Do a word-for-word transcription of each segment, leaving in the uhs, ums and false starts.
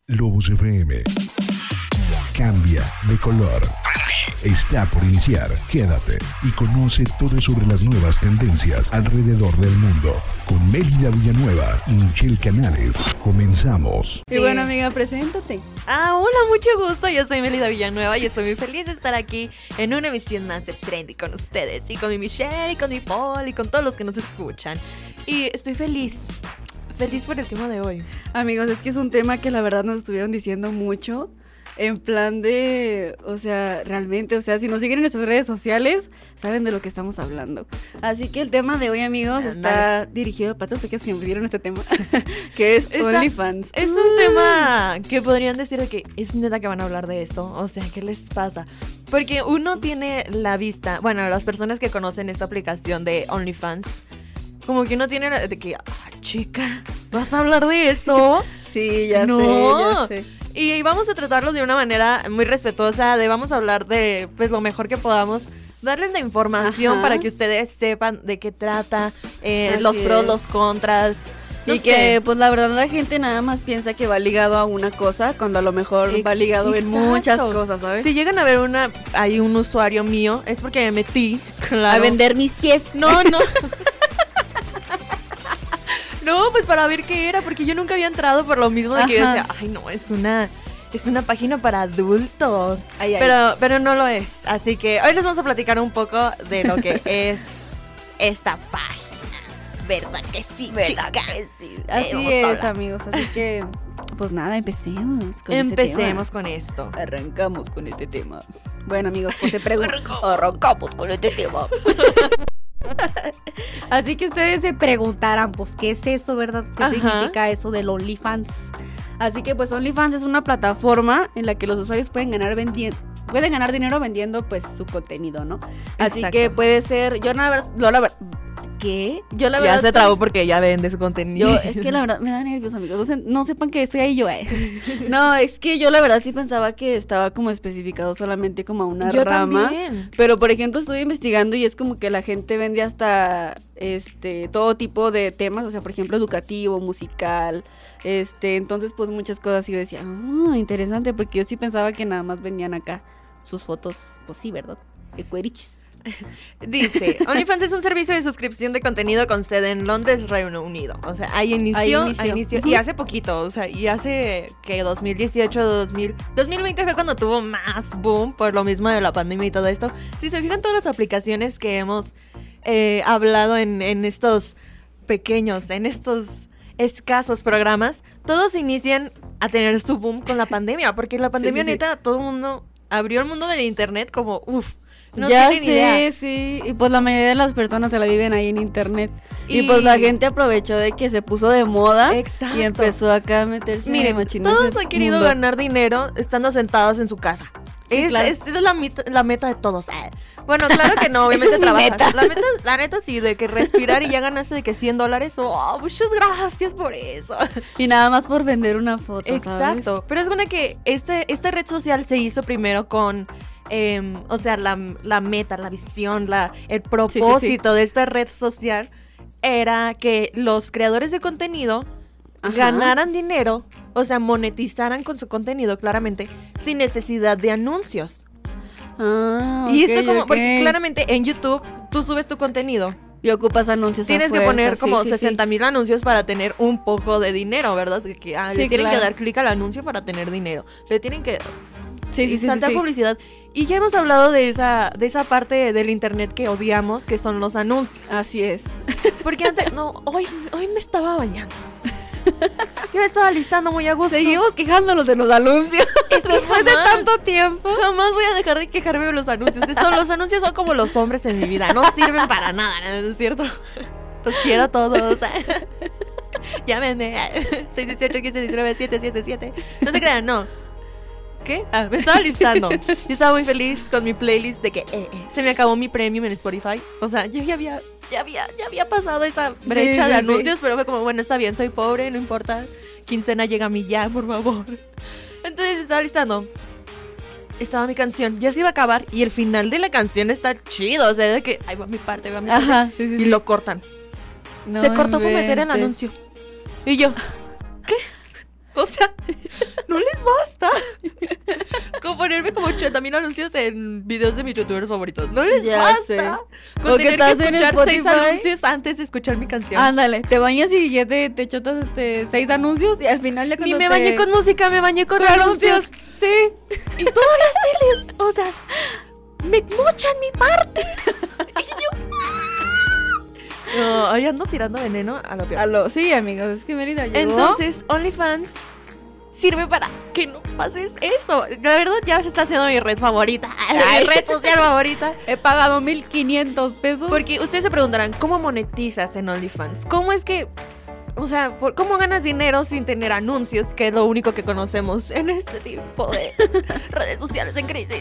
Lobos F M. Cambia de color. Está por iniciar. Quédate y conoce todo sobre las nuevas tendencias alrededor del mundo. Con Mélida Villanueva y Michelle Canales. Comenzamos. Y bueno, amiga, preséntate. Ah, hola, mucho gusto. Yo soy Mélida Villanueva y estoy muy feliz de estar aquí en una emisión más de Trendy con ustedes. Y con mi Michelle, y con mi Paul, y con todos los que nos escuchan. Y estoy feliz. Feliz por el tema de hoy. Amigos, es que es un tema que la verdad nos estuvieron diciendo mucho. En plan de, o sea, realmente, o sea, si nos siguen en nuestras redes sociales, saben de lo que estamos hablando. Así que el tema de hoy, amigos, Andale. está dirigido para todos aquellos que me dieron este tema, que es Está, OnlyFans. Es un tema que podrían decir de que es neta que van a hablar de esto. O sea, ¿qué les pasa? Porque uno tiene la vista, bueno, las personas que conocen esta aplicación de OnlyFans, como que uno tiene la de que, ah, chica, ¿vas a hablar de eso? Sí, ya No. sé, ya sé. Y vamos a tratarlo de una manera muy respetuosa, de vamos a hablar de pues lo mejor que podamos, darles la información Ajá. para que ustedes sepan de qué trata, eh, Así los pros, es. los contras. No Y sé. que, pues, la verdad, la gente nada más piensa que va ligado a una cosa, cuando a lo mejor Ex- va ligado en exacto. muchas cosas, ¿sabes? Si llegan a ver una, hay un usuario mío, es porque me metí, claro. A vender mis pies. No, no. No, pues para ver qué era, porque yo nunca había entrado por lo mismo de que yo Ajá. decía, ay no, es una, es una página para adultos. Ay, ay. Pero, pero no lo es. Así que hoy les vamos a platicar un poco de lo que es esta página. ¿Verdad que sí, ¿Verdad chica? que sí? Así Debemos es, hablar. amigos. Así que, pues nada, empecemos con Empecemos este con esto. tema. Arrancamos con este tema. Bueno, amigos, pues se preguntan. Arrancamos con este tema. Así que ustedes se preguntarán, pues, ¿qué es eso, verdad? ¿Qué Ajá. significa eso del OnlyFans? Así que, pues, OnlyFans es una plataforma en la que los usuarios pueden ganar vendiendo, pueden ganar dinero vendiendo, pues, su contenido, ¿no? Así Exacto. que puede ser, yo la verdad, yo la verdad, ¿qué? Yo la verdad Ya se trabó porque ya vende su contenido. Yo, es que la verdad, me da nervios, amigos. No, se- no sepan que estoy ahí yo, eh. No, es que yo la verdad sí pensaba que estaba como especificado solamente como a una Yo rama. también. Pero, por ejemplo, estuve investigando y es como que la gente vende hasta este todo tipo de temas, o sea, por ejemplo, educativo, musical, este, entonces pues muchas cosas y yo decía, ah, interesante, porque yo sí pensaba que nada más vendían acá sus fotos, pues sí, ¿verdad? De cuerichis. Dice, OnlyFans es un servicio de suscripción de contenido con sede en Londres, Reino Unido. O sea, ahí inició, Ahí ahí inició. inició, Ujú. y hace poquito, o sea, y hace que dos mil dieciocho, dos mil, dos mil veinte fue cuando tuvo más boom por lo mismo de la pandemia y todo esto. Si se fijan todas las aplicaciones que hemos eh, hablado en, en estos pequeños, en estos escasos programas, todos inician a tener su boom con la pandemia, porque la pandemia sí, sí. neta, todo el mundo abrió el mundo del internet como, uff. No ya tienen sé, idea. sí, y pues la mayoría de las personas se la viven ahí en internet. Y, Y- pues la gente aprovechó de que se puso de moda. Exacto. Y empezó acá a meterse Miren, machín en todos ese han querido mundo. ganar dinero estando sentados en su casa. Sí, es, claro. es, es la, meta, la meta de todos. Ah. Bueno, claro que no, Esa obviamente es mi trabajas. meta. La meta, la neta sí, de que respirar y ya ganaste de que cien dólares. Oh, muchas gracias por eso. Y nada más por vender una foto, ¿sabes? Exacto. Pero es bueno que este, esta red social se hizo primero con... Eh, o sea, la, la meta, la visión, la, el propósito de esta red social era que los creadores de contenido Ajá. ganaran dinero, o sea, monetizaran con su contenido claramente, sin necesidad de anuncios. Ah, y ok, esto como, ok. porque claramente en YouTube tú subes tu contenido. Y ocupas anuncios. Tienes a que fuerza, poner sí, como sí, sí. sesenta mil anuncios para tener un poco de dinero, ¿verdad? Que, que, ah, Sí, le tienen claro. que dar clic al anuncio para tener dinero. Le tienen que Sí, sí, sí, sí, saltar sí. publicidad. Y ya hemos hablado de esa, de esa parte del internet que odiamos, que son los anuncios. Así es. Porque antes, no, hoy, hoy me estaba bañando. Yo me estaba listando muy a gusto. Seguimos quejándonos de los anuncios. Después de tanto tiempo, jamás voy a dejar de quejarme de los anuncios. Son- los anuncios son como los hombres en mi vida, no sirven para nada, ¿no es cierto? Los quiero a todos. Llámenme. seis dieciocho, quince diecinueve, siete siete siete. No se crean, no. ¿Qué? Ah, me estaba listando. Yo estaba muy feliz con mi playlist de que eh, eh, se me acabó mi premium en Spotify. O sea, yo ya había, ya había, ya había pasado esa brecha Sí, de sí, sí. anuncios, pero fue como, bueno, está bien, soy pobre, no importa. Quincena llega a mí ya, por favor. Entonces estaba listando. Estaba mi canción, ya se iba a acabar y el final de la canción está chido, o sea, de que ahí va mi parte, ahí va mi parte. Ajá, sí, sí, Y sí. lo cortan. No se cortó por meter el inventes. anuncio. Y yo, ¿qué? O sea, no le mucho también anuncios en videos de mis youtubers favoritos. No les Ya basta sé. con O que tener que estás en escuchar seis Spotify. anuncios antes de escuchar mi canción. Ándale, te bañas y ya te, te chotas este, seis anuncios y al final ya Ni cuando me te... bañé con música, me bañé con con anuncios. Sí. Y todas las teles, o sea, me mochan mi parte. Y yo... No, hoy ando tirando veneno a lo peor. Aló, sí, amigos, es que Mérida llegó. Entonces, OnlyFans sirve para que no pases eso. La verdad, ya se está haciendo mi red favorita. Mi red social favorita. he pagado mil quinientos pesos. Porque ustedes se preguntarán, ¿cómo monetizas en OnlyFans? ¿Cómo es que, o sea, por- cómo ganas dinero sin tener anuncios? Que es lo único que conocemos en este tipo de redes sociales en crisis.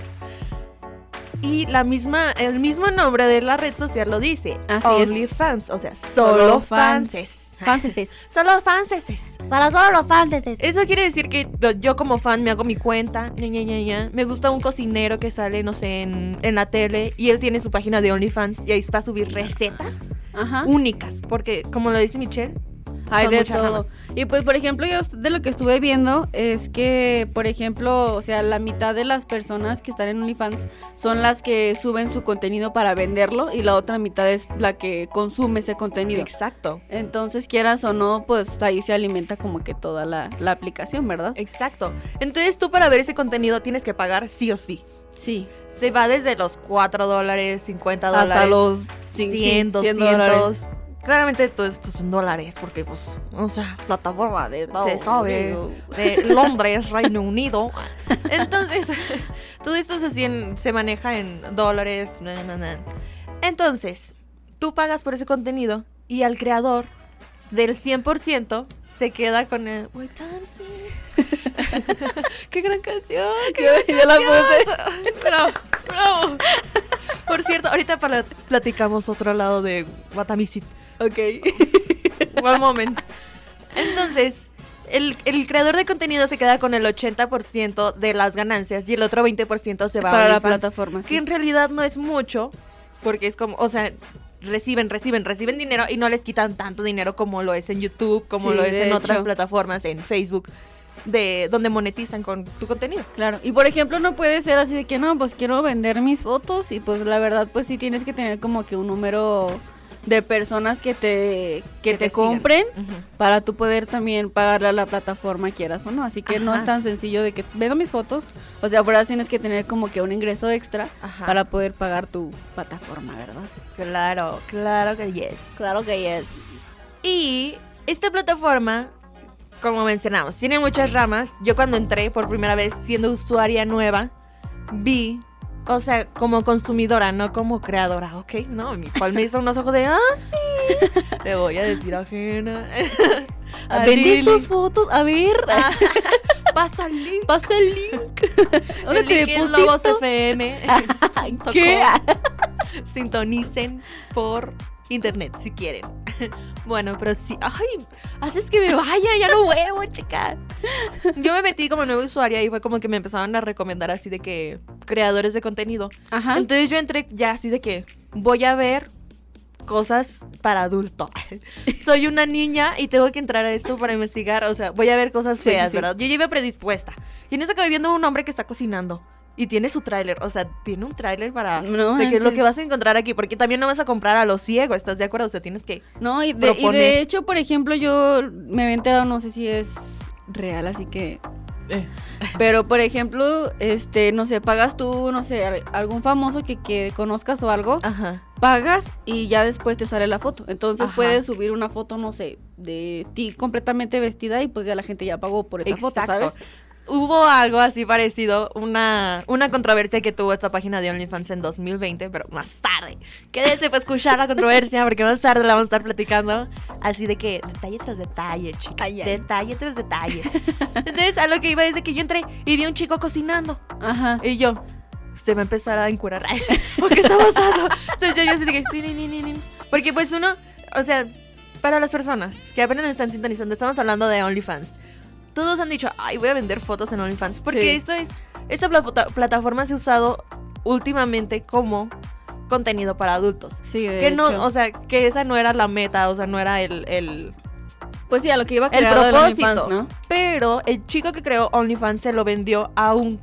Y la misma, el mismo nombre de la red social lo dice. Así es. OnlyFans, o sea, solo fanses. Fanses. Solo fanses. Para solo los fanses. Eso quiere decir que yo como fan me hago mi cuenta, ña, ña, ña, ña. Me gusta un cocinero que sale, no sé, en, en la tele y él tiene su página de OnlyFans y ahí va a subir recetas Ajá. únicas, porque como lo dice Michelle, Hay son de muchas todo. ramas. Y pues, por ejemplo, yo de lo que estuve viendo es que, por ejemplo, o sea, la mitad de las personas que están en OnlyFans son las que suben su contenido para venderlo y la otra mitad es la que consume ese contenido. Exacto, Entonces, quieras o no, pues ahí se alimenta como que toda la, la aplicación, ¿verdad? exacto. Entonces tú para ver ese contenido tienes que pagar sí o sí. Sí. Se va desde los cuatro dólares, cincuenta dólares, Hasta los cien, cien, doscientos. dólares. Claramente todo esto son dólares, porque pues, o sea, Plataforma de se sabe, de Londres, Reino Unido. Entonces, todo esto se, hacen- se maneja en dólares. Na, na, na. Entonces, tú pagas por ese contenido y al creador del cien por ciento se queda con el... Wait, dancing. ¡Qué gran canción! ¡Qué gran Yo la canción! Bravo, bravo. Por cierto, ahorita pala- platicamos otro lado de Watamisit. Ok. One moment. Entonces, el, el creador de contenido se queda con el ochenta por ciento de las ganancias y el otro veinte por ciento se va Para a la OnlyFans, plataforma, sí. que en realidad no es mucho, porque es como, o sea, reciben, reciben, reciben dinero y no les quitan tanto dinero como lo es en YouTube, como Sí, lo es de en otras hecho. plataformas, en Facebook, de donde monetizan con tu contenido. Claro, y por ejemplo no puede ser así de que no, pues quiero vender mis fotos y pues la verdad pues sí tienes que tener como que un número de personas que te que, Que te, te compren sigan. Ujú. para tú poder también pagarle a la plataforma quieras o no, así que no Ajá. es tan sencillo de que vendo mis fotos, o sea, por ahora tienes que tener como que un ingreso extra Ajá. para poder pagar tu plataforma, ¿verdad? Claro, claro que yes. Claro que es. Y esta plataforma, como mencionamos, tiene muchas ramas. Yo cuando entré por primera vez siendo usuaria nueva, vi, o sea, como consumidora, no como creadora, ¿ok? No, mi cual me hizo unos ojos de, ah, sí, le voy a decir ajena. A ¿Vendiste Lili. tus fotos? A ver. Ah, pasa el link. Pasa el link. ¿Dónde El te link es deposito? Lobos F M. ¿Qué? Sintonicen por internet si quieren. Bueno, pero sí. Ay, haces que me vaya, ya no vuelvo, chica. Yo me metí como nueva usuaria y fue como que me empezaron a recomendar así de que creadores de contenido. Ajá. Entonces yo entré ya así de que voy a ver cosas para adulto. Soy una niña y tengo que entrar a esto para investigar. O sea, voy a ver cosas Sí, feas, sí, sí. ¿verdad? Yo ya iba predispuesta. Y en eso acabé viendo un hombre que está cocinando. Y tiene su tráiler, o sea, tiene un tráiler para No de qué es lo manches. que vas a encontrar aquí, porque también no vas a comprar a lo ciego, ¿estás de acuerdo? O sea, tienes que... No, y de, y proponer. de hecho, por ejemplo, yo me había enterado, no sé si es real, así que... Pero, por ejemplo, este, no sé, pagas tú, no sé, al- algún famoso que, que conozcas o algo, Ajá. pagas y ya después te sale la foto. Entonces Ajá. puedes subir una foto, no sé, de ti completamente vestida y pues ya la gente ya pagó por esa foto, ¿sabes? Hubo algo así parecido, una, una controversia que tuvo esta página de OnlyFans en dos mil veinte, pero más tarde. Quédense para escuchar la controversia porque más tarde la vamos a estar platicando. Así de que detalle tras detalle, chica. Ay, ay. Detalle tras detalle. Entonces, a lo que iba es de que yo entré y vi a un chico cocinando. Ajá. Y yo, se va a empezar a encurar. ¿Por qué está pasando? Entonces yo, yo así de que... "Ni, ni, ni, ni, ni". Porque pues uno, o sea, para las personas que apenas están sintonizando, estamos hablando de OnlyFans. Todos han dicho, ay, voy a vender fotos en OnlyFans. Porque Sí. esto es, esta pla- plataforma se ha usado últimamente como contenido para adultos. Sí, de Que no, hecho. o sea, que esa no era la meta, o sea, no era el, el, Pues sí, a lo que iba el creado del propósito. OnlyFans, ¿no? Pero el chico que creó OnlyFans se lo vendió a un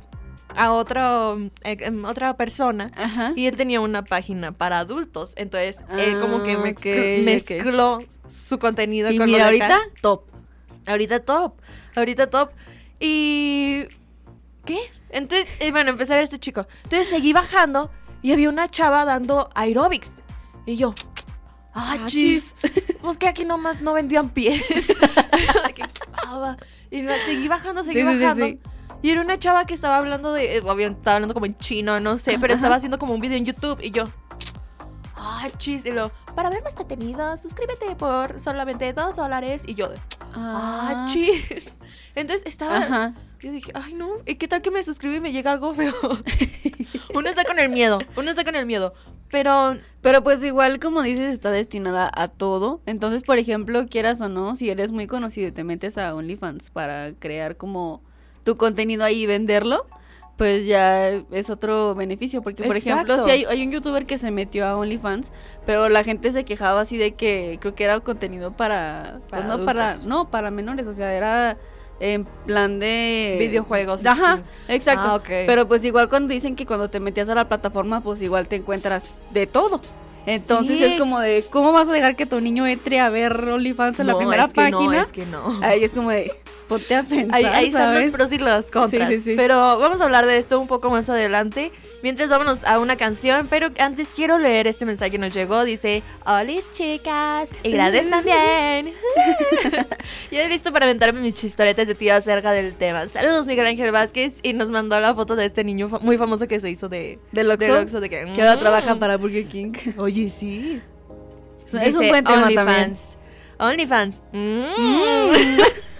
a otro, eh, otra persona. Ajá. Y él tenía una página para adultos. Entonces, él Ah, como que mezcl- ok, mezcló su contenido Y con mira, lo de acá. ahorita, top. Ahorita top. Ahorita top. Y... ¿Qué? Entonces, eh, bueno, empecé a ver a este chico. Entonces seguí bajando y había una chava dando aeróbics. Y yo... ¡Ah, Ah, chis! Pues que aquí nomás no vendían pies. Que, ah, va. Y me- seguí bajando, seguí Sí, sí, sí, bajando. sí. Y era una chava que estaba hablando de... eh, obviamente estaba hablando como en chino, no sé. Pero Ajá. estaba haciendo como un video en YouTube. Y yo... ¡Ah, chis! Y luego... Para ver más contenido, suscríbete por solamente dos dólares. Y yo... de, ¡Ah, chis! Entonces estaba... Ajá. Yo dije, ay no, ¿y qué tal que me suscribo y me llega algo feo? Uno está con el miedo, uno está con el miedo. Pero Pero pues igual, como dices, está destinada a todo. Entonces, por ejemplo, quieras o no, si eres muy conocido y te metes a OnlyFans para crear como tu contenido ahí y venderlo, pues ya es otro beneficio. Porque, por ejemplo, Exacto. si hay, hay un youtuber que se metió a OnlyFans, pero la gente se quejaba así de que creo que era contenido para... Para pues no, para, adultos. no, para menores, o sea, era... En plan de... videojuegos. Ajá, exacto. Ah, ok. Pero pues igual cuando dicen que cuando te metías a la plataforma, pues igual te encuentras de todo. Entonces Sí. es como de, ¿cómo vas a dejar que tu niño entre a ver OnlyFans en la No, primera es que no, página? es que no. Ahí es como de, ponte a pensar, Ahí, ahí están ¿sabes? los pros y los contras. Sí, sí, sí. Pero vamos a hablar de esto un poco más adelante. Mientras vámonos a una canción. Pero antes quiero leer este mensaje que nos llegó. Dice: Olis chicas, y grandes también. Ya listo para aventarme mis chistoretas de tío acerca del tema. Saludos, Miguel Ángel Vázquez. Y nos mandó la foto de este niño fa- muy famoso que se hizo de... Del Oxxo, del Oxxo, de que, que ahora mm. trabaja para Burger King. Oye, sí. Es, es un Dice, buen tema OnlyFans. también. OnlyFans. Mm.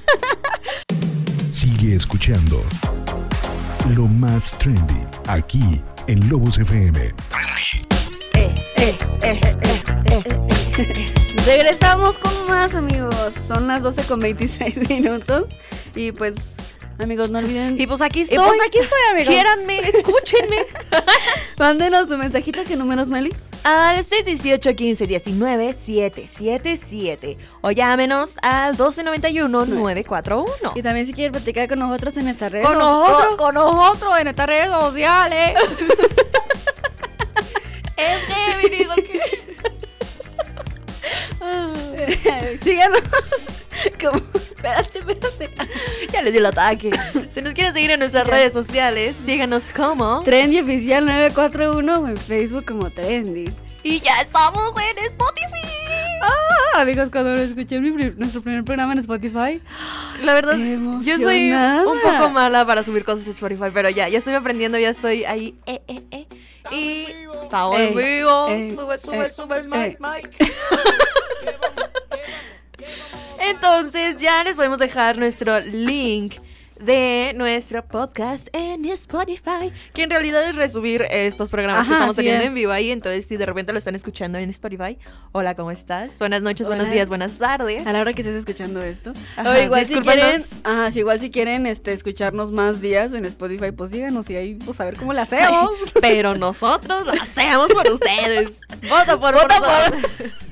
Sigue escuchando lo más trendy aquí en Lobos F M. Eh, eh, eh, eh, eh, eh. Regresamos con más, amigos. Son las doce con veintiséis minutos. Y pues, amigos, no olviden... Y pues aquí Y estoy. pues aquí estoy, amigos. Quiéranme, escúchenme. Mándenos tu mensajito. ¿Qué números, Meli? Al seis dieciocho, quince diecinueve, siete siete siete. O llámenos al doce noventa y uno, nueve cuatro uno. Y también si quieren platicar con nosotros en esta red. ¿Con nosotros? Con, con nosotros en estas redes sociales. Es que, venido que... Síganos. Como, espérate, espérate. Ya les dio el ataque. Si nos quieren seguir en nuestras Ya. redes sociales, díganos cómo. Trendy Oficial nueve cuatro uno o en Facebook como Trendy. Y ya estamos en Spotify. Ah, amigos, cuando escuché mi pri- nuestro primer programa en Spotify, La verdad, yo soy Emocionada. un poco mala para subir cosas a Spotify, pero ya, ya estoy aprendiendo, ya estoy ahí. Eh, eh, eh. Y estamos en Ey, vivo. ey, Sube, sube, ey, sube el ey. mic, mic. Entonces ya les podemos dejar nuestro link de nuestro podcast en Spotify, que en realidad es resubir estos programas que Ajá, estamos así teniendo es. en vivo ahí. Entonces, si de repente lo están escuchando en Spotify, hola, ¿cómo estás? Buenas noches, Hola. buenos días, buenas tardes. a la hora que estés escuchando esto. Ajá, o igual si discúlpanos. quieren, ajá, si igual si quieren este escucharnos más días en Spotify, pues díganos y ahí pues a ver cómo le hacemos. Pero nosotros lo hacemos por ustedes. Vota por Vota nosotros.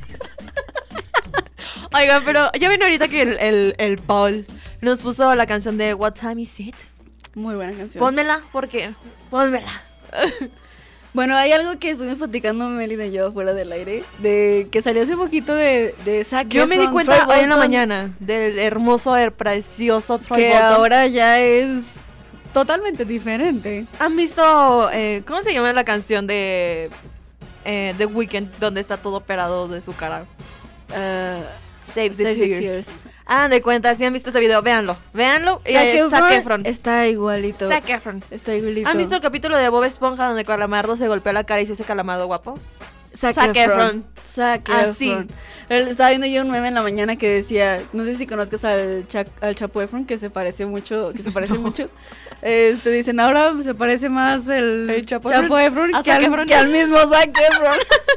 Oigan, pero ya ven ahorita que el, el, el Paul nos puso la canción de What Time Is It. Muy buena canción. Pónmela, porque pónmela. Bueno, hay algo que estuvimos platicando Melina y yo fuera del aire, de que salió hace poquito de, de Zac Yo me di Efron, cuenta Troy hoy en la Bolton, mañana del hermoso, el precioso Troy que Bolton. ahora ya es totalmente diferente. ¿Han visto, eh, cómo se llama la canción de eh, The Weeknd, donde está todo operado de su cara? Uh, Save the Save the Tears. Tears. Ah, de cuenta, si han visto ese video, véanlo, véanlo. Y Zac es Efron Zac Efron. está igualito. Zac Efron. Está igualito. ¿Han visto el capítulo de Bob Esponja donde Calamardo se golpea la cara y se hace Calamardo guapo? Zac, Zac Efron. Efron. Zac Así. Efron. Él- Estaba viendo yo un meme en la mañana que decía, no sé si conozcas al, Cha- al Chapo Efron, que se parece mucho, que se parece mucho. Este, dicen, ahora se parece más el, El Chapo Chapo, Efron. Efron, A que, Zac al, Efron. que al mismo Zac Efron.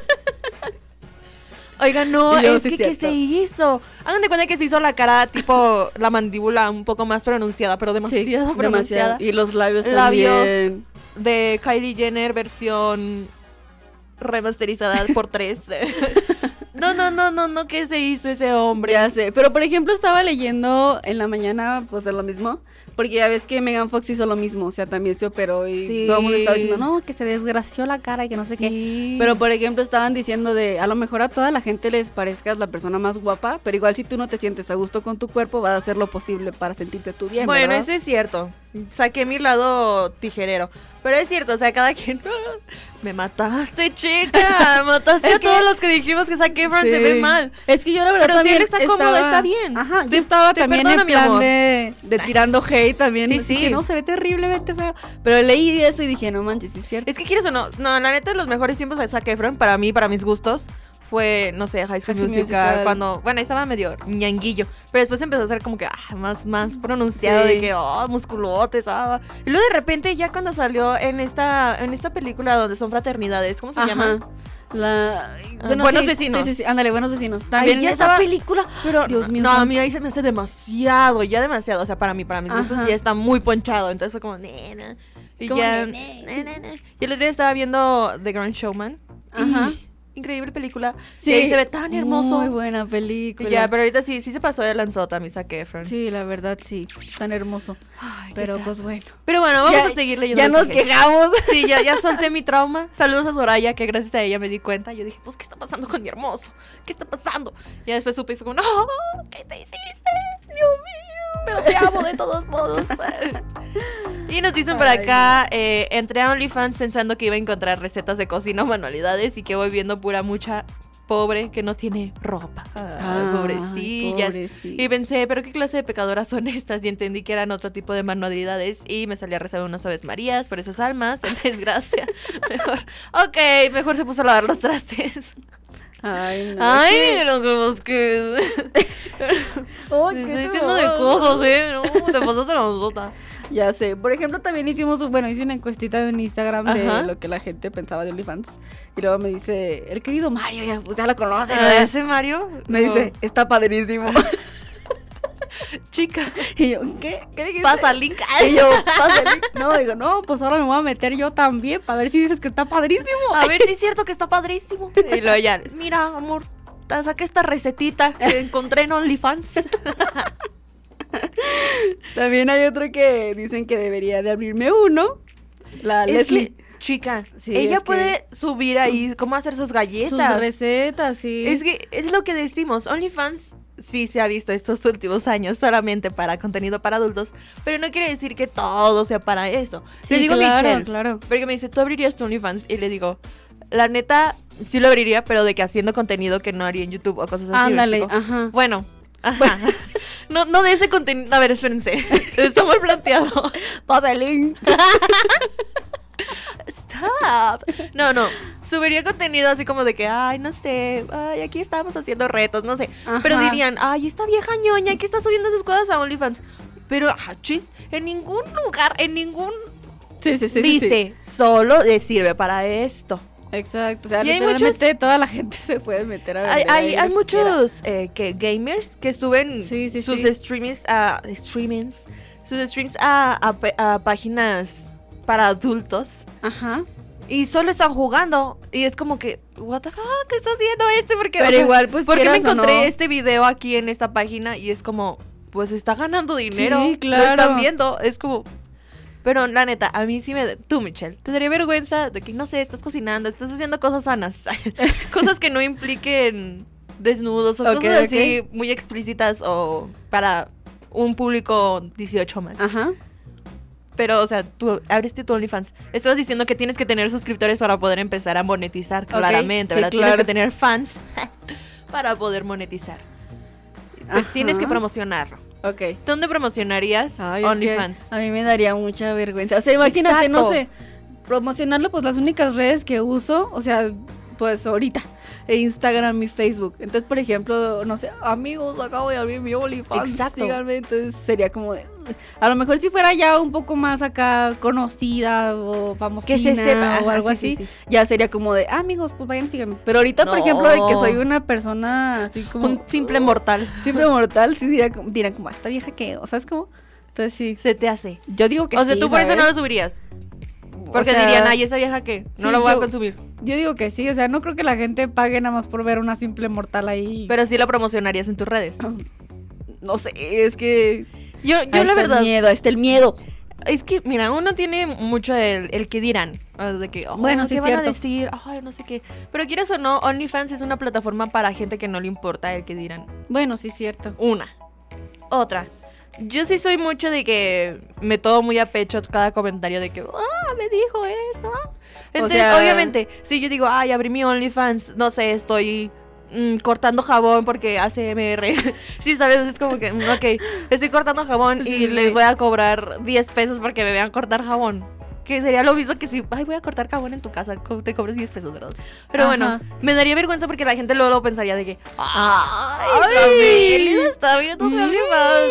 Oiga, no, Y yo, es sí, que ¿qué cierto. se hizo? Hagan de cuenta que se hizo la cara tipo la mandíbula un poco más pronunciada, pero demasiado Sí, pronunciada. demasiado. Y los labios, Labios. también. De Kylie Jenner versión remasterizada por tres. No, no, no, no, no, ¿qué se hizo ese hombre? Ya sé, pero por ejemplo estaba leyendo en la mañana, pues de lo mismo, Porque ya ves que Megan Fox hizo lo mismo, o sea, también se operó y Sí. todo el mundo estaba diciendo, no, que se desgració la cara y que no sé Sí. qué. Pero, por ejemplo, estaban diciendo de, a lo mejor a toda la gente les parezcas la persona más guapa, pero igual si tú no te sientes a gusto con tu cuerpo, vas a hacer lo posible para sentirte tú bien, Bueno, ¿verdad? eso es cierto. Saqué mi lado tijerero. Pero es cierto, o sea, cada quien... Me mataste, chica. Mataste Es a que- todos los que dijimos que Zac Efron Sí. se ve mal. Es que yo la verdad Pero si también él está cómodo, está bien. Ajá, yo Te- estaba te también perdono, en mi plan amor. de, de tirando hate también. Sí, así sí. que no, se ve terriblemente feo. Pero leí eso y dije, no manches, ¿sí es cierto? Es que quieres o no, no, la neta, los mejores tiempos de Zac Efron, para mí, para mis gustos, fue, no sé, High School High School Musical, Musical. cuando, bueno, ahí estaba medio ñanguillo, pero después empezó a ser como que, ah, más, más pronunciado, Sí. de que, oh, musculotes, ah. Y luego de repente, ya cuando salió en esta, en esta película donde son fraternidades, ¿cómo se Ajá. llama? La... Ah, Buenos sí, Vecinos. Sí, sí, sí, ándale, Buenos Vecinos. También ya esa estaba- película. Pero, Dios mío no, a santo. mí ahí se me hace demasiado, ya demasiado, o sea, para mí, para mis gustos Ajá. ya está muy ponchado, entonces fue como, nena, y Como ya, nene. nene, nene. Y el otro día estaba viendo The Grand Showman, Ajá. y increíble película, Sí, y ahí se ve tan hermoso. Muy buena película. Y ya, pero ahorita sí, sí se pasó de lanzota mi Zac Efron. Sí, la verdad, sí. Tan hermoso. Ay, qué Pero sad. pues bueno. Pero bueno, vamos Ya- a seguir leyendo Ya nos mensajes. quejamos. Sí, ya, ya solté mi trauma. Saludos a Soraya, que gracias a ella me di cuenta. Yo dije, pues, ¿qué está pasando con mi hermoso? ¿Qué está pasando? Y ya después supe y fue como, no, ¿qué te hiciste? Dios mío, pero te amo de todos modos. Y nos dicen por Ay, acá, eh, entré a OnlyFans pensando que iba a encontrar recetas de cocina o manualidades y que voy viendo pura mucha pobre que no tiene ropa. Ay, Ay, pobrecillas. pobrecillas. Y pensé, ¿pero qué clase de pecadoras son estas? Y entendí que eran otro tipo de manualidades y me salí a rezar unas aves marías por esas almas en desgracia. Mejor, ok, mejor se puso a lavar los trastes. Ay, no. Ay, es que- miren los que... Ay, Te qué estoy diciendo de horror. cosas, ¿eh? No, te pasaste la nota. Ya sé. Por ejemplo, también hicimos, bueno, hice una encuestita en Instagram de Ajá. lo que la gente pensaba de OnlyFans. Y luego me dice, el querido Mario, ya, pues ya lo conocen, ¿Pero ¿verdad? ese Mario? Me No. dice, está padrísimo. Chica, Y yo, ¿qué? ¿Qué dijiste? pasa link. Y yo, pasa el link. No, digo, no, pues ahora me voy a meter yo también para ver si dices que está padrísimo. A ver si es cierto que está padrísimo. Y luego ya, mira, amor, te saqué esta recetita que encontré en OnlyFans. También hay otro que dicen que debería de abrirme uno. La Es Leslie. que, chica, Sí, ella es que- puede subir ahí cómo hacer sus Sus galletas. recetas, sí. Es que es lo que decimos, OnlyFans sí se ha visto estos últimos años solamente para contenido para adultos, pero no quiere decir que todo sea para eso. Sí, le digo claro, a Michelle, claro. porque me dice, ¿tú abrirías tu OnlyFans? Y le digo, la neta, sí lo abriría, pero de que haciendo contenido que no haría en YouTube o cosas así. ¿me Ándale, explico? ajá. Bueno, ajá. No, no de ese contenido. A ver, espérense. Está mal planteado. Pasa el link. Stop. No, no. Subiría contenido así como de que, ay, no sé, ay, aquí estamos haciendo retos, no sé. Ajá. Pero dirían, ay, esta vieja ñoña que está subiendo esas cosas a OnlyFans. Pero, ah, chis, en ningún lugar, en ningún Sí, sí, sí. sí, dice, solo le sirve para esto. sí. Exacto. O sea, Y hay literalmente toda la gente se puede meter a Hay, vender hay, ahí hay lo que quiera. muchos eh, que gamers que suben Sí, sí, sus sí. streamings a streamings, sus streams a, a pe- a páginas para adultos Ajá. y solo están jugando y es como que what the fuck, ¿qué está haciendo este? Porque Pero igual, pues, ¿por qué me quieras o encontré no. este video aquí en esta página y es como pues está ganando dinero, Sí, lo claro. están viendo, es como. Pero la neta, a mí sí me... Tú, Michelle, te daría vergüenza de que, no sé, estás cocinando, estás haciendo cosas sanas. Cosas que no impliquen desnudos o Ok, cosas así ok. muy explícitas o para un público dieciocho más. Ajá. Pero, o sea, tú abriste tu OnlyFans. Estás diciendo que tienes que tener suscriptores para poder empezar a monetizar, claramente, sí, ¿verdad? Tienes claro. que tener fans para poder monetizar. Ajá. Tienes que promocionarlo. Ok. ¿Dónde promocionarías Ay, es que OnlyFans? a mí me daría mucha vergüenza. O sea, imagínate, Exacto. no sé, promocionarlo, pues las únicas redes que uso, o sea, pues ahorita, e Instagram y Facebook. Entonces, por ejemplo, no sé, amigos, acabo de abrir mi OnlyFans. Exacto. Síganme. Entonces sería como de, a lo mejor si fuera ya un poco más acá conocida o famosina Que se sepa. o Ajá, algo sí, así, sí, sí. ya sería como de, ah, amigos, pues vayan, síganme. Pero ahorita, por No. ejemplo, de que soy una persona así como Un simple mortal. simple mortal, sí diría como- dirán como, esta vieja que, o sea, es como, entonces sí, Se te hace. yo digo que O sea, sí, tú por eso ¿sabes? no lo subirías. Porque O sea, dirían, ay, esa vieja que no sí, la voy a yo- consumir. Yo digo que sí, o sea, no creo que la gente pague nada más por ver una simple mortal ahí. Pero sí la promocionarías en tus redes. No sé, es que Yo, yo Ahí la está verdad... el miedo, ahí está el miedo. Es que, mira, uno tiene mucho el, el que dirán. De que, oh, Bueno, ¿qué sí es van cierto. a decir? Ay, no sé qué. Pero quieras o no, OnlyFans es una plataforma para gente que no le importa el que dirán. Bueno, sí es cierto. Una. Otra. Yo sí soy mucho de que me tomo muy a pecho cada comentario de que, ah, me dijo esto. ah". Entonces, sea- obviamente, si yo digo, ay, abrí mi OnlyFans, no sé, estoy mm, cortando jabón porque hace M R. Sí, ¿sabes? Es como que, mm, ok, estoy cortando jabón y Sí, les sí. voy a cobrar diez pesos porque me vean cortar jabón. Que sería lo mismo que si, ay, voy a cortar jabón en tu casa, co- te cobres diez pesos, ¿verdad? Pero Ajá. bueno, me daría vergüenza porque la gente luego lo pensaría de que, ay, Ay. la Melida está viendo su OnlyFans.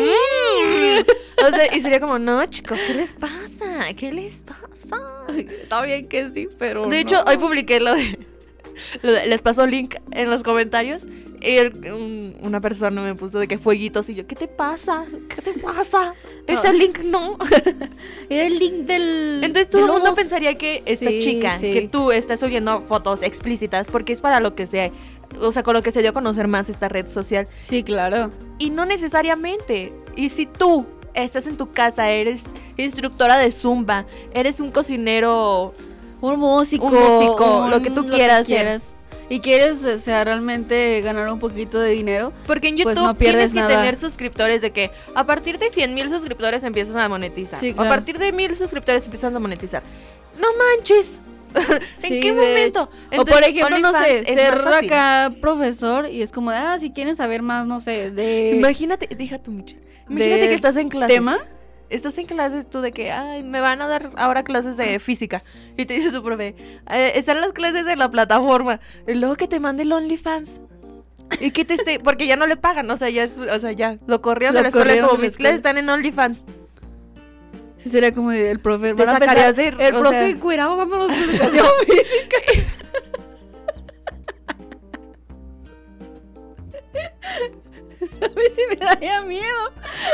Mm. O sea, y sería como, no, chicos, ¿qué les pasa? ¿Qué les pasa? Está bien que sí, pero De hecho, hoy publiqué lo de, lo de- les paso link en los comentarios y el- un- una persona me puso de que fueguitos y yo, ¿qué te pasa? ¿Qué te pasa? Ese link no. era el link del... Entonces todo del el mundo oso. pensaría que esta Sí, chica, sí. que tú estás subiendo fotos explícitas porque es para lo que se, o sea, con lo que se dio a conocer más esta red social. Sí, claro. Y no necesariamente. Y si tú estás en tu casa, eres instructora de Zumba, eres un cocinero, Un músico. Un músico, lo que tú quieras ser. Y quieres, o sea, realmente ganar un poquito de dinero. porque en YouTube Pues no tienes pierdes que nada. tener suscriptores de que a partir de cien mil suscriptores empiezas a monetizar. Sí, A claro. partir de mil suscriptores empiezas a monetizar. No manches. ¿En Sí, qué de momento? o por Entonces, ejemplo, no OnlyFans sé, es ser más fácil. acá profesor y es como de, ah, si quieren saber más, no sé, de Imagínate, deja tu Michelle. Imagínate de que estás en clases. tema. Estás en clases tú de que, ay, me van a dar ahora clases de física. Y te dice tu profe, eh, están las clases en la plataforma. Y luego que te mande el OnlyFans. Y que te esté, porque ya no le pagan, o sea, ya es, o sea, ya lo corrieron Lo de la escuela, es corrieron como de la mis clases escuela. están en OnlyFans. Sí, sería como de, el profe. Te van a sacarías pensar, de- el o profe sea- encuerado dándonos educación física. A mí sí me daría miedo.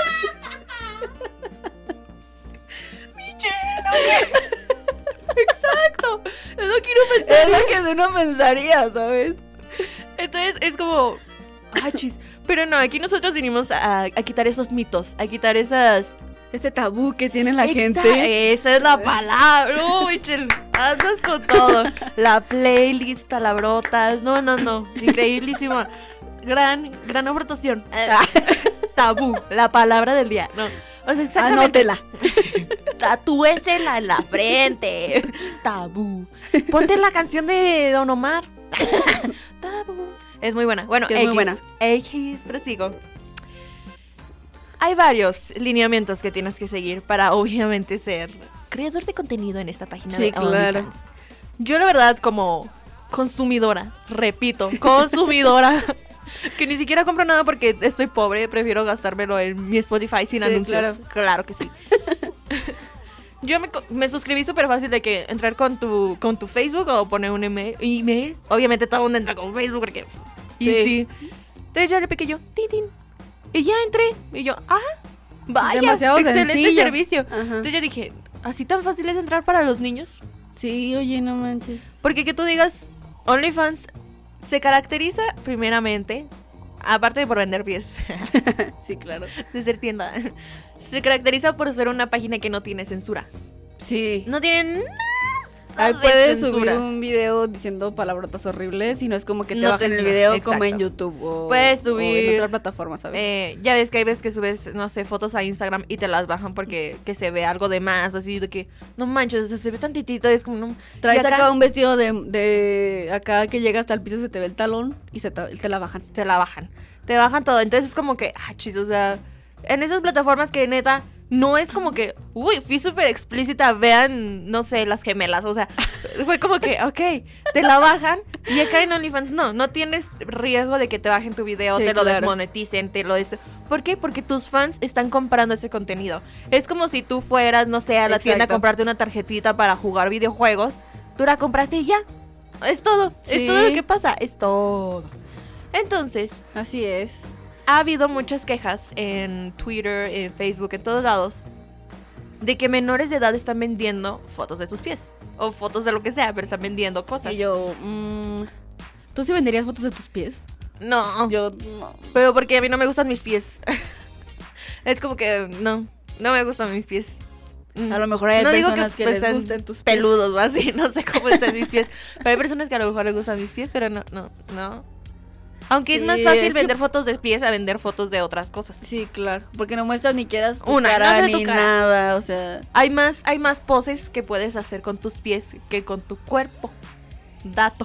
Exacto. No quiero Es pensar. lo que uno pensaría, ¿sabes? Entonces es como, ay, chis. Pero no, aquí nosotros vinimos a, a quitar esos mitos, a quitar esas... Ese tabú que tiene la Exa- gente. Esa es la palabra. No, Michelle, andas con todo. La playlist, palabrotas. No, no, no. Increíblísima. Gran, gran aportación. Tabú, la palabra del día. No. O sea, exactamente. Anótela. Tatúesela en la frente. Tabú. Ponte la canción de Don Omar. Tabú. Es muy buena. Bueno, Que es muy X. buena. X, prosigo. Hay varios lineamientos que tienes que seguir para obviamente ser creador de contenido en esta página Sí, de claro. OnlyFans. Yo la verdad como consumidora, repito, consumidora, que ni siquiera compro nada porque estoy pobre, prefiero gastármelo en mi Spotify sin Sí, anuncios. claro. Claro que sí. Yo me, co- me suscribí súper fácil de que entrar con tu, con tu Facebook o poner un email, email. Obviamente todo el mundo entra con Facebook porque... Y Sí. sí. Entonces ya le piqué yo, tin, tin. Y ya entré. Y yo, ah, vaya, Demasiado excelente sencillo. servicio. Ajá. Entonces yo dije, ¿así tan fácil es entrar para los niños? Sí, oye, no manches. Porque que tú digas, OnlyFans se caracteriza primeramente, aparte de por vender pies, Sí, claro. de ser tienda, se caracteriza por ser una página que no tiene censura. Sí. No tienen Ahí de puedes censura. subir un video diciendo palabrotas horribles y no es como que te No bajen te- el video exacto. como en YouTube o, Puedes o subir, en otra plataforma, ¿sabes? Eh, ya ves que hay veces que subes, no sé, fotos a Instagram y te las bajan porque que se ve algo de más, así de que, no manches, o sea, se ve tantitito, es como, no. Traes y acá acá un vestido de, de acá que llega hasta el piso, se te ve el talón y se te, te la bajan. te la bajan, te bajan todo, entonces es como que, ah, chis, o sea, en esas plataformas que neta, no es como que, uy, fui súper explícita, vean, no sé, las gemelas, o sea, fue como que, ok, te la bajan y acá en OnlyFans no, no tienes riesgo de que te bajen tu video, Sí, te lo claro. desmoneticen, te lo des... ¿Por qué? Porque tus fans están comprando ese contenido. Es como si tú fueras, no sé, a la tienda a Exacto. comprarte una tarjetita para jugar videojuegos, tú la compraste y ya, es todo, Sí. es todo lo que pasa, es todo. Entonces, Así es. ha habido muchas quejas en Twitter, en Facebook, en todos lados, de que menores de edad están vendiendo fotos de sus pies. O fotos de lo que sea, pero están vendiendo cosas. Y yo, mm, ¿tú sí venderías fotos de tus pies? no, Yo, no. pero porque a mí no me gustan mis pies. Es como que no, no me gustan mis pies. A lo mejor hay no digo personas que, que, pues, les sean gusten tus pies. peludos o así, no sé cómo están mis pies. Pero hay personas que a lo mejor les gustan mis pies, pero no, no, no. Aunque Sí, es más fácil es que- vender fotos de pies a vender fotos de otras cosas. Sí, claro, porque no muestras ni quieras tu Una, cara no se ve tu ni cara. nada, o sea... Hay más, hay más poses que puedes hacer con tus pies que con tu cuerpo. Dato.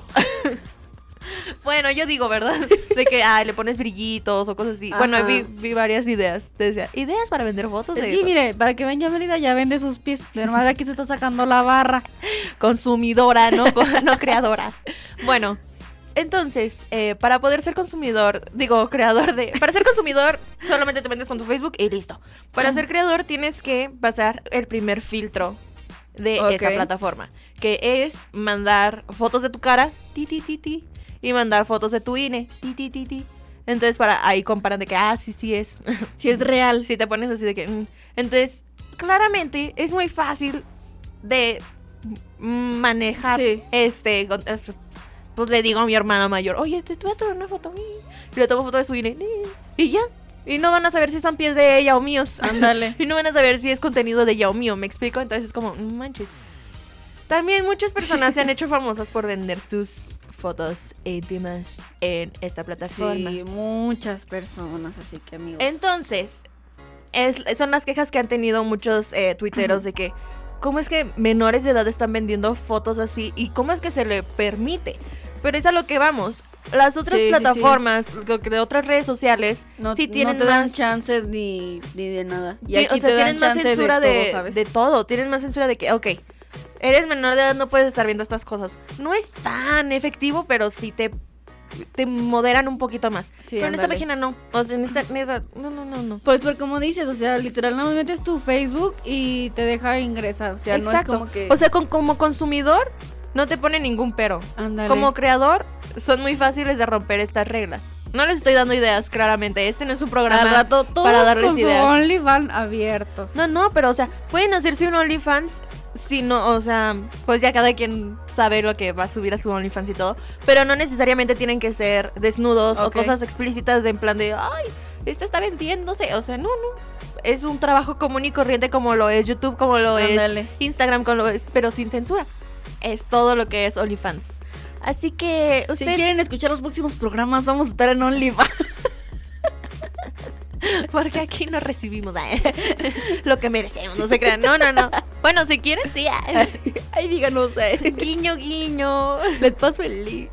Bueno, yo digo, ¿verdad? De que ah, le pones brillitos o cosas así. Ajá. Bueno, vi, vi varias ideas. Te decía, ideas para vender fotos de Y eso. mire, para que vean ya Mérida ya vende sus pies. De normal aquí se está sacando la barra. Consumidora, no, no creadora. Bueno, entonces, eh, para poder ser consumidor, digo, creador de... Para ser consumidor, solamente te vendes con tu Facebook y listo. Para ser creador tienes que pasar el primer filtro de Ok. esa plataforma, que es mandar fotos de tu cara, ti, ti, ti, ti, y mandar fotos de tu I N E, ti, ti, ti, ti. Entonces, para ahí comparan de que, ah, sí, sí es. Si es real. Si te pones así de que... mm. Entonces, claramente es muy fácil de mm, manejar Sí. este, con- esto. Pues le digo a mi hermana mayor, oye, te voy a tomar una foto. Y le tomo foto de su I N E. Y ya. Y no van a saber si son pies de ella o míos. Ándale. Y no van a saber si es contenido de ella o mío, ¿me explico? Entonces es como, no manches. También muchas personas se han hecho famosas por vender sus fotos íntimas en esta plataforma. Sí, muchas personas, así que amigos. Entonces, es, son las quejas que han tenido muchos eh, tuiteros de que, ¿cómo es que menores de edad están vendiendo fotos así? ¿Y cómo es que se le permite? Pero es a lo que vamos. Las otras Sí, sí, plataformas, lo que de otras redes sociales, no, sí tienen no te dan más... chances ni, ni de nada. Y Sí, aquí o sea, te dan tienen más chance censura de, de, todo, ¿sabes? de todo. Tienen más censura de que, ok, eres menor de edad, no puedes estar viendo estas cosas. No es tan efectivo, pero sí te, te moderan un poquito más. Sí, pero en esta ándale. página no. O sea, en esta, en esta- no, no, no, no. Pues, pues como dices, o sea, literal, nada más metes tu Facebook y te deja ingresar. O sea, no es Exacto. como que... O sea, con- como consumidor, no te pone ningún pero. ándale. Como creador, son muy fáciles de romper estas reglas. No les estoy dando ideas, claramente. Este no es un programa al rato todos para darles con ideas. su OnlyFans abiertos. No, no, pero o sea, pueden hacerse un OnlyFans si no, o sea, pues ya cada quien sabe lo que va a subir a su OnlyFans y todo, pero no necesariamente tienen que ser desnudos o Ok. cosas explícitas de en plan de, ay, esta está vendiéndose, o sea, no, no. Es un trabajo común y corriente como lo es YouTube, como lo Ándale. es Instagram, como lo es, pero sin censura. Es todo lo que es OnlyFans. Así que Si ustedes quieren escuchar los próximos programas, vamos a estar en OnlyFans. porque aquí no recibimos eh, lo que merecemos, no se crean. No, no, no. Bueno, si quieren, sí. eh. Ay, díganos, eh. Guiño, guiño. Les paso el link.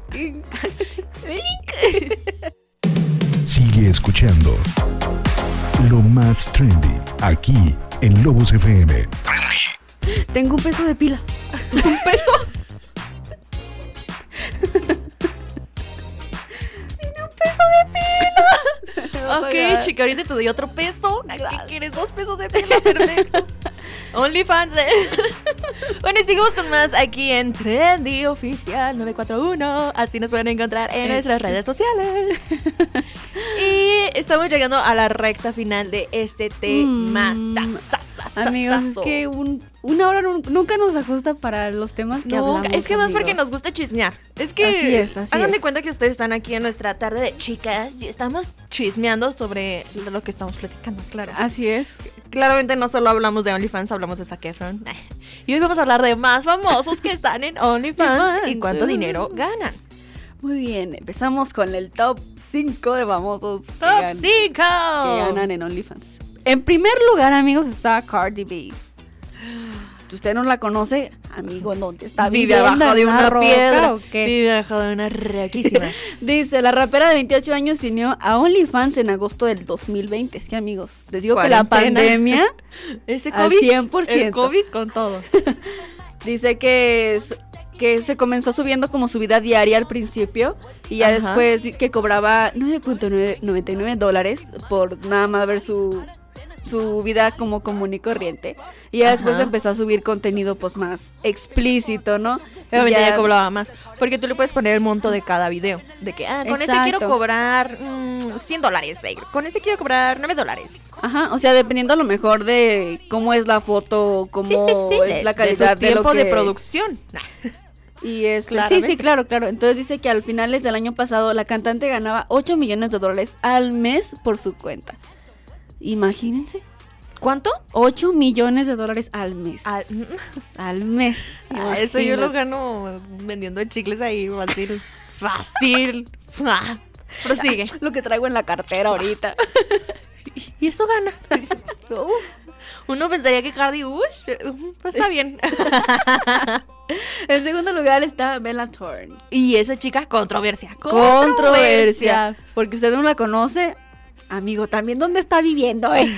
Sigue escuchando lo más trendy aquí en Lobos F M. Tengo un peso de pila. ¿Un peso? Ok, chica, ahorita te doy otro peso. ¿Qué quieres? Dos pesos de pila, perfecto. OnlyFans. eh. Bueno, y seguimos con más aquí en Trendy Oficial nueve cuatro uno. Así nos pueden encontrar en Eh. nuestras redes sociales. Y estamos llegando a la recta final de este tema. Mm. Sa, sa, sa, sa, Amigos, es saso. que un, una hora nun- nunca nos ajusta para los temas que No, hablamos. es que más porque amigos. nos gusta chismear. Es que Así es, así hagan de es. cuenta que ustedes están aquí en nuestra tarde de chicas y estamos chismeando sobre lo que estamos platicando, claro. Así es. Claramente no solo hablamos de OnlyFans, hablamos de Zac Efron. Y hoy vamos a hablar de más famosos que están en OnlyFans y cuánto dinero ganan. Muy bien, empezamos con el top cinco de famosos que, Top gan- cinco. que ganan en OnlyFans. En primer lugar, amigos, está Cardi B. Si usted no la conoce, amigo, ¿dónde está? Vive ¿Viviendo abajo de en una roca piedra. o qué? Vive abajo de una roquísima. Dice, la rapera de veintiocho años se unió a OnlyFans en agosto del dos mil veinte. Es que, amigos, les digo que la Cuarentena. pandemia Ese al COVID, cien por ciento. el COVID con todo. dice que, es- que se comenzó subiendo como su vida diaria al principio y ya Ajá. después di- que cobraba nueve punto noventa y nueve dólares por nada más ver su, su vida como común y corriente. Y ya Ajá. después empezó a subir contenido pues más explícito, ¿no? Y Obviamente ya cobraba más. Porque tú le puedes poner el monto de cada video. De que, ah, con este Exacto. quiero cobrar mm, cien dólares. eh, Con este quiero cobrar nueve dólares. Ajá, o sea, dependiendo a lo mejor de cómo es la foto, cómo es la calidad de, de, tu tiempo lo que... de producción. Y es sí, Claramente. sí, claro, claro. Entonces dice que al finales del año pasado la cantante ganaba ocho millones de dólares al mes por su cuenta. Imagínense. ¿Cuánto? ocho millones de dólares al mes. Al, al mes. Ah, eso yo lo gano vendiendo chicles ahí, fácil. Fácil. Prosigue. Lo que traigo en la cartera ahorita. Y eso gana. Uf. Uno pensaría que Cardi, uff, pues está bien. En segundo lugar está Bella Thorne. Y esa chica, controversia. Controversia. Controversia. Porque usted no la conoce, amigo, también dónde está viviendo, eh.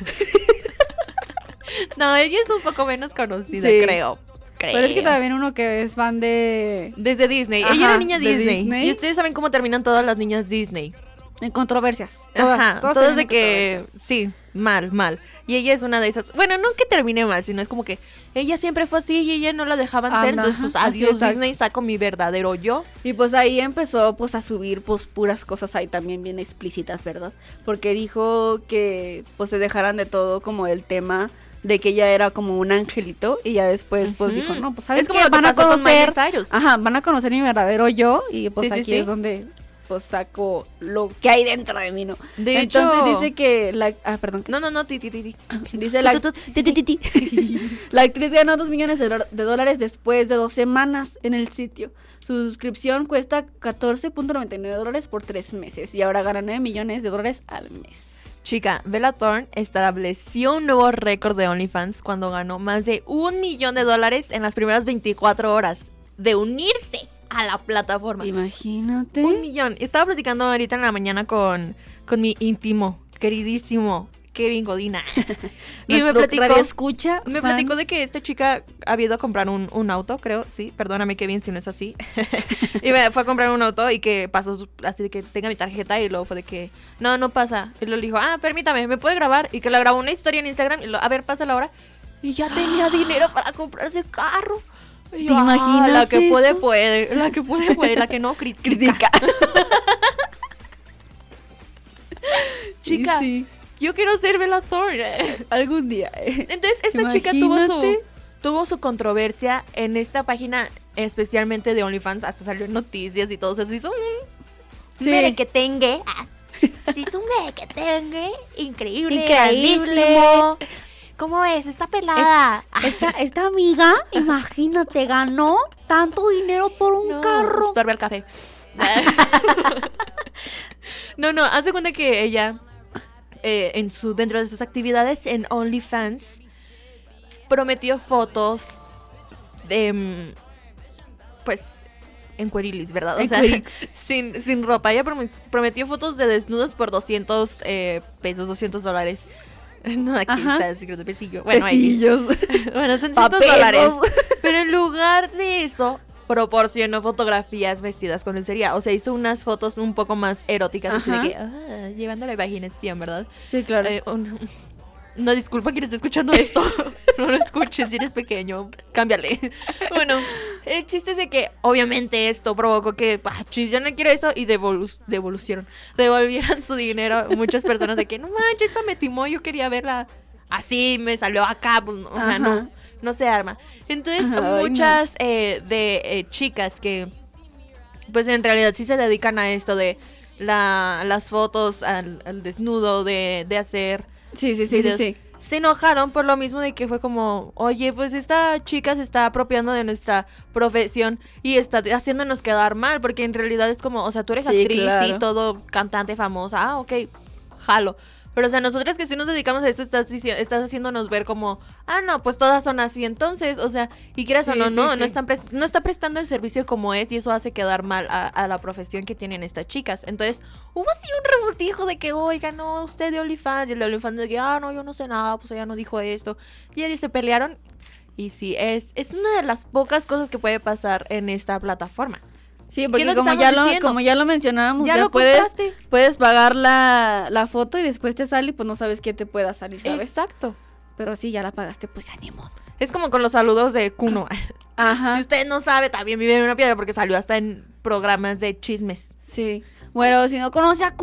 No, ella es un poco menos conocida, sí. creo. Creo. Pero es que también uno que es fan de... Desde Disney. Ajá, ella era niña Disney. Disney. Y ustedes saben cómo terminan todas las niñas Disney. En controversias. Todas, Ajá, todas todas de que... Sí, mal, mal. Y ella es una de esas... Bueno, no que termine mal, sino es como que... Ella siempre fue así y ella no la dejaban Anda, ser. Entonces, pues, así adiós es. Disney, saco mi verdadero yo. Y pues ahí empezó pues a subir pues puras cosas ahí también bien explícitas, ¿verdad? Porque dijo que pues se dejaran de todo como el tema de que ella era como un angelito y ya después pues Ujú. dijo, no, pues sabes Es como qué? lo que Van a pasó con conocer, Miley Cyrus. ajá, van a conocer mi verdadero yo y pues Sí, sí, aquí sí. es donde pues saco lo que hay dentro de mí, ¿no? De Entonces hecho- dice que la ah, perdón, No, no, no, ti, ti, ti, ti. dice la Tu, tu, tu, ti, ti, ti, ti. La actriz ganó dos millones de, do- de dólares después de dos semanas en el sitio. Su suscripción cuesta catorce punto noventa y nueve dólares por tres meses y ahora gana nueve millones de dólares al mes. Chica, Bella Thorne estableció un nuevo récord de OnlyFans cuando ganó más de un millón de dólares en las primeras veinticuatro horas de unirse a la plataforma. Imagínate. Un millón. Estaba platicando ahorita en la mañana con, con mi íntimo, queridísimo Kevin Godina. Y me Nuestro platicó, radioescucha, me fan. platicó de que esta chica había ido a comprar un, un auto, creo, sí. Perdóname, Kevin, si no es así. Y me fue a comprar un auto y que pasó su- así de que tenga mi tarjeta y luego fue de que no, no pasa. Y luego le dijo, ah, permítame, ¿me puede grabar? Y que le grabó una historia en Instagram y lo, a ver, pásala ahora. Y ya tenía dinero para comprarse carro. Y yo, ¿Te imaginas ah, la que puede, eso? puede. La que puede, puede. La que no, cri- critica. Chica, Sí, yo quiero ser Bella Thorne. algún día. eh. Entonces, esta chica tuvo su, Imagínate. tuvo su controversia en esta página, especialmente de OnlyFans. Hasta salió en noticias y todo. O sea, se hizo un Sí. merequetengue. Ah, se hizo un merequetengue. Increíble. Increíble. grandísimo. ¿Cómo es? Está pelada. Ah, Esta, esta amiga, imagínate, ganó tanto dinero por un no, carro. Estorba el café. No, no, haz de cuenta que ella, eh, en su, dentro de sus actividades en OnlyFans, prometió fotos de, mm, pues, en cuerilis, ¿verdad? O En sea, cuerix. sin, sin ropa. Ella prom- prometió fotos de desnudos por doscientos eh, pesos, doscientos dólares. No, aquí Ajá. está el secreto de pesillo. Bueno, ahí. Pesillos. Bueno, son Pa' cientos dólares. pesos. Pero en lugar de eso, proporcionó fotografías vestidas con lencería. O sea, hizo unas fotos un poco más eróticas, así de Ajá. que, ah, llevando la imaginación, ¿verdad? Sí, claro. Eh, un- no, disculpa quien esté escuchando esto. No lo escuches, si eres pequeño, cámbiale. Bueno, el chiste es de que obviamente esto provocó que, ah, chis, yo no quiero eso, y devolu- devolucieron, devolvieran su dinero muchas personas de que, no manches, esta me timó, yo quería verla así, me salió acá, pues, o sea, Ajá. no, no se arma. Entonces, Ay, no. muchas eh, de eh, chicas que, pues en realidad sí se dedican a esto de la, las fotos al, al desnudo, de, de hacer Sí, sí, sí, sí, videos, sí. se enojaron por lo mismo de que fue como, oye, pues esta chica se está apropiando de nuestra profesión y está haciéndonos quedar mal, porque en realidad es como, o sea, tú eres Sí, actriz claro. y todo, cantante famosa, ah, ok, jalo. Pero, o sea, nosotras que sí nos dedicamos a esto, estás, dici- estás haciéndonos ver como, ah, no, pues todas son así. Entonces, o sea, y quieras o Sí, no, sí, no, sí. no, están pres- no está prestando el servicio como es y eso hace quedar mal a, a la profesión que tienen estas chicas. Entonces, hubo así un revoltijo de que, oiga, no, usted de OnlyFans, y el de OnlyFans de que, ah, no, yo no sé nada, pues ella no dijo esto. Y ellos se pelearon. Y sí, es, es una de las pocas cosas que puede pasar en esta plataforma. Sí, ¿Qué es porque lo que como estamos ya, lo, diciendo? como ya lo mencionábamos, Ya ya, lo puedes, compraste. puedes pagar la, la foto y después te sale y pues no sabes qué te pueda salir, ¿sabes? Exacto. Pero sí, ya la pagaste, pues ya ni modo. Es como con los saludos de Kuno. Ajá, Si usted no sabe, también vive en una piedra porque salió hasta en programas de chismes. sí. Bueno, si no conoce a Kuno,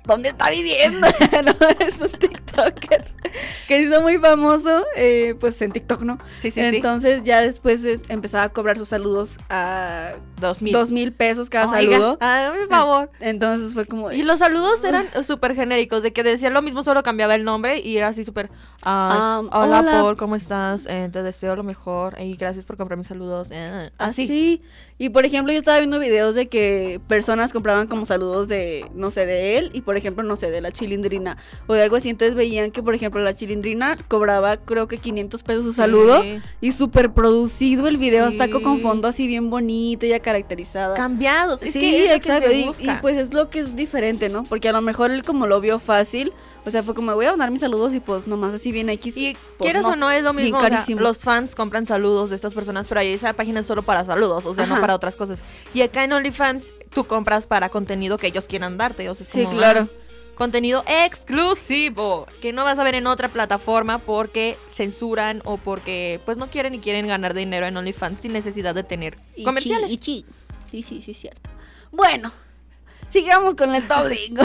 ¿dónde está viviendo? No, es un TikToker que se hizo muy famoso, eh, pues en TikTok, ¿no? Sí, sí, Entonces sí. ya después es, empezaba a cobrar sus saludos a Dos mil. dos mil pesos cada Oiga, saludo. ah, por favor. Entonces fue como... Y los saludos eran súper genéricos, de que decía lo mismo, solo cambiaba el nombre y era así súper... ah, Um, hola, hola. Paul, ¿cómo estás? Eh, te deseo lo mejor y gracias por comprar mis saludos. Eh, así. Así. Y por ejemplo, yo estaba viendo videos de que personas compraban como saludos de, no sé, de él y por ejemplo, no sé, de la Chilindrina o de algo así. Entonces veían que, por ejemplo, la Chilindrina cobraba creo que quinientos pesos su Sí. saludo y súper producido el video, Sí. hasta con fondo así bien bonito, ya caracterizada. Cambiados. Es sí, que es lo que exacto. se Y, busca. y pues es lo que es diferente, ¿no? Porque a lo mejor él como lo vio fácil, o sea, fue como voy a mandar mis saludos y pues nomás así bien X. Y pues, quieras o no es lo bien mismo, o sea, carísimo. los fans compran saludos de estas personas, pero ahí esa página es solo para saludos, o sea, no Ajá. para otras cosas. Y acá en OnlyFans tú compras para contenido que ellos quieran darte, o sea, es Sí, como, claro. ah, contenido exclusivo que no vas a ver en otra plataforma porque censuran o porque pues no quieren y quieren ganar dinero en OnlyFans sin necesidad de tener Y comerciales. chi- y chi. Sí, sí, sí, cierto. Bueno, sigamos con el top cinco.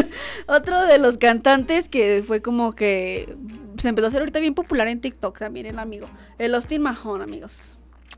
Otro de los cantantes que fue como que se empezó a hacer ahorita bien popular en TikTok también, el amigo. El Austin Mahone, amigos.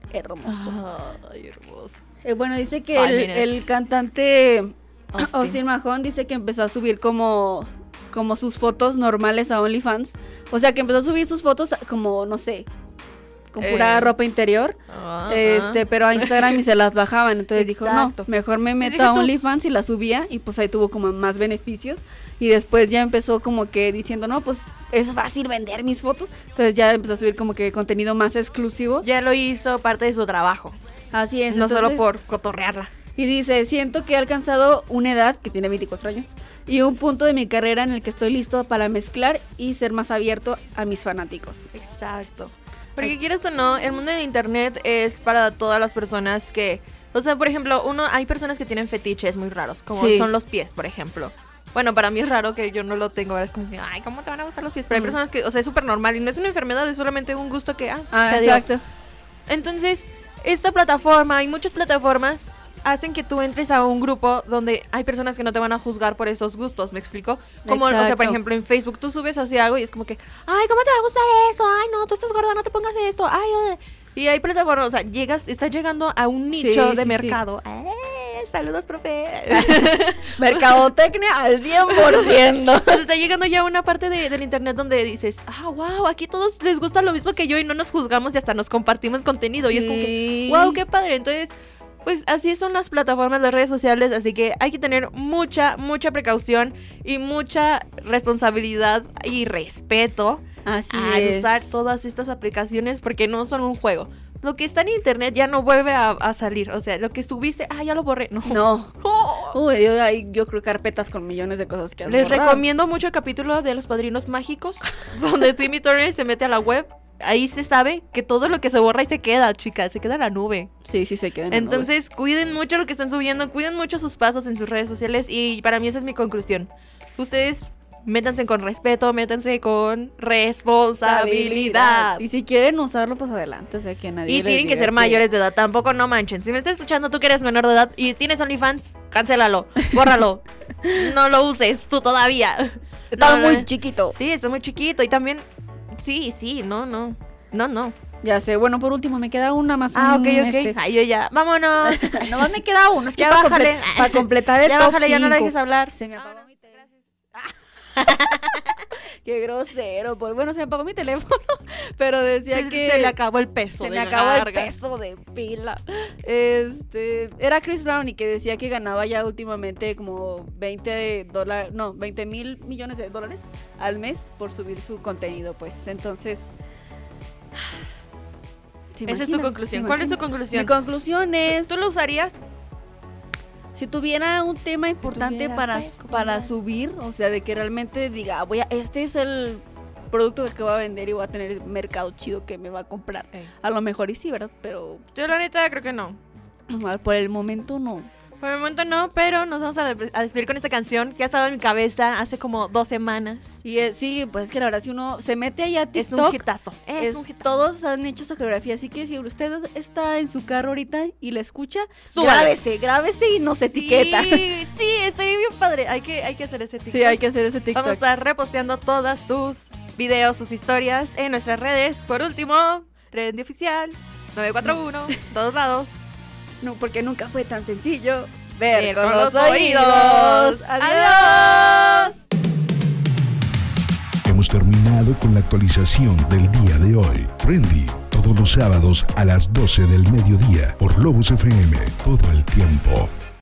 Hermoso. Ay, hermoso. Eh, bueno, dice que Five el, minutes. el cantante Austin. Austin Mahone dice que empezó a subir como, como sus fotos normales a OnlyFans. O sea, que empezó a subir sus fotos como, no sé, con pura Eh. ropa interior. Ajá. Este, pero a Instagram y se las bajaban. Entonces dijo, Exacto. no, mejor me meto dije a tú. OnlyFans y la subía. Y pues ahí tuvo como más beneficios. Y después ya empezó como que diciendo, no, pues es fácil vender mis fotos. Entonces ya empezó a subir como que contenido más exclusivo. Ya lo hizo parte de su trabajo, Así es. no solo entonces- por cotorrearla. Y dice, siento que he alcanzado una edad, que tiene veinticuatro años, y un punto de mi carrera en el que estoy listo para mezclar y ser más abierto a mis fanáticos. Exacto. Porque quieres o no, el mundo de internet es para todas las personas que... O sea, por ejemplo, uno hay personas que tienen fetiches muy raros, como Sí. son los pies, por ejemplo. Bueno, para mí es raro que yo no lo tengo, ahora es como que, ay, ¿cómo te van a gustar los pies? Pero hay Mm. personas que, o sea, es súper normal y no es una enfermedad, es solamente un gusto que, ah, Ah, se dio. exacto. Entonces, esta plataforma y muchas plataformas hacen que tú entres a un grupo donde hay personas que no te van a juzgar por estos gustos, ¿me explico? Como, o sea, Exacto. por ejemplo, en Facebook tú subes así algo y es como que, ay, ¿cómo te va a gustar eso? Ay, no, tú estás gorda, no te pongas esto. Ay, ay. Y hay plataformas, o sea, llegas, estás llegando a un nicho Sí, de sí, mercado. ¡Eh! Saludos, profe. Mercadotecnia al cien por ciento. Entonces está llegando ya una parte de- del internet donde dices, ah, wow, aquí todos les gusta lo mismo que yo y no nos juzgamos y hasta nos compartimos contenido. Y es como que, Sí. wow, qué padre. Entonces, pues así son las plataformas de redes sociales, así que hay que tener mucha, mucha precaución y mucha responsabilidad y respeto Así al es. usar todas estas aplicaciones porque no son un juego. Lo que está en internet ya no vuelve a, a salir. O sea, lo que subiste, ah, ya lo borré. No. No. Oh. Uy, yo, ahí yo creo carpetas con millones de cosas que has Les borrado. recomiendo mucho el capítulo de Los Padrinos Mágicos, donde Timmy Turner se mete a la web. Ahí se sabe que todo lo que se borra y se queda, chicas, se queda en la nube. Sí, sí se quedan. en la nube. Entonces, cuiden mucho lo que están subiendo, cuiden mucho sus pasos en sus redes sociales y para mí esa es mi conclusión. Ustedes métanse con respeto, métanse con responsabilidad. Y si quieren usarlo, pues adelante. O sea, que nadie. Y les tienen que diga ser mayores de edad, tampoco no manchen. Si me estás escuchando, tú que eres menor de edad y tienes OnlyFans, cancélalo, bórralo. No lo uses tú todavía. Está No, muy no. chiquito. Sí, está muy chiquito y también, sí, sí, no, no, no, no. Ya sé. Bueno, por último, me queda una más. Ah, ok, un, ok. este, Ay, yo ya, vámonos. Nomás me queda uno. Es que Ya para, bájale. comple- para completar el Ya top bájale, ya no la cinco. dejes hablar. Se me apagó Vámonos, mi teléfono. Qué grosero. Pues bueno, se me apagó mi teléfono. Pero decía Se, que. se le acabó el peso. Se de me acabó el larga. peso de pila. Este, era Chris Brown y que decía que ganaba ya últimamente como veinte dólares, no, veinte mil millones de dólares al mes por subir su contenido, pues. Entonces, ¿se Esa es tu imaginan? conclusión. ¿Se ¿Cuál es tu imaginan? conclusión? Mi conclusión es, ¿Tú lo usarías? si tuviera un tema importante tuviera para, fe, como para la- subir, o sea, de que realmente diga, "Ah, voy a, este es el producto que voy a vender y voy a tener mercado chido que me va a comprar. A lo mejor y sí, ¿verdad? Pero Yo la neta creo que no. por el momento no. Por el momento no, pero nos vamos a, a despedir con esta canción que ha estado en mi cabeza hace como dos semanas. Y eh, sí, pues es que la verdad si uno se mete allá a TikTok, es un hitazo. Es, es un hitazo. Todos han hecho esta coreografía, así que si usted está en su carro ahorita y la escucha, Súbale. grábese, grábese y nos etiqueta. Sí, sí, estaría bien padre. Hay que, hay que hacer ese TikTok. Sí, hay que hacer ese TikTok. Vamos a estar reposteando todas sus videos, sus historias en nuestras redes. Por último, Trendy Oficial, nueve cuatro uno, todos lados. No, porque nunca fue tan sencillo ver, Ver con, con los, los oídos. oídos. ¡Adiós! Hemos terminado con la actualización del día de hoy. Trendy, todos los sábados a las doce del mediodía por Lobos F M, todo el tiempo.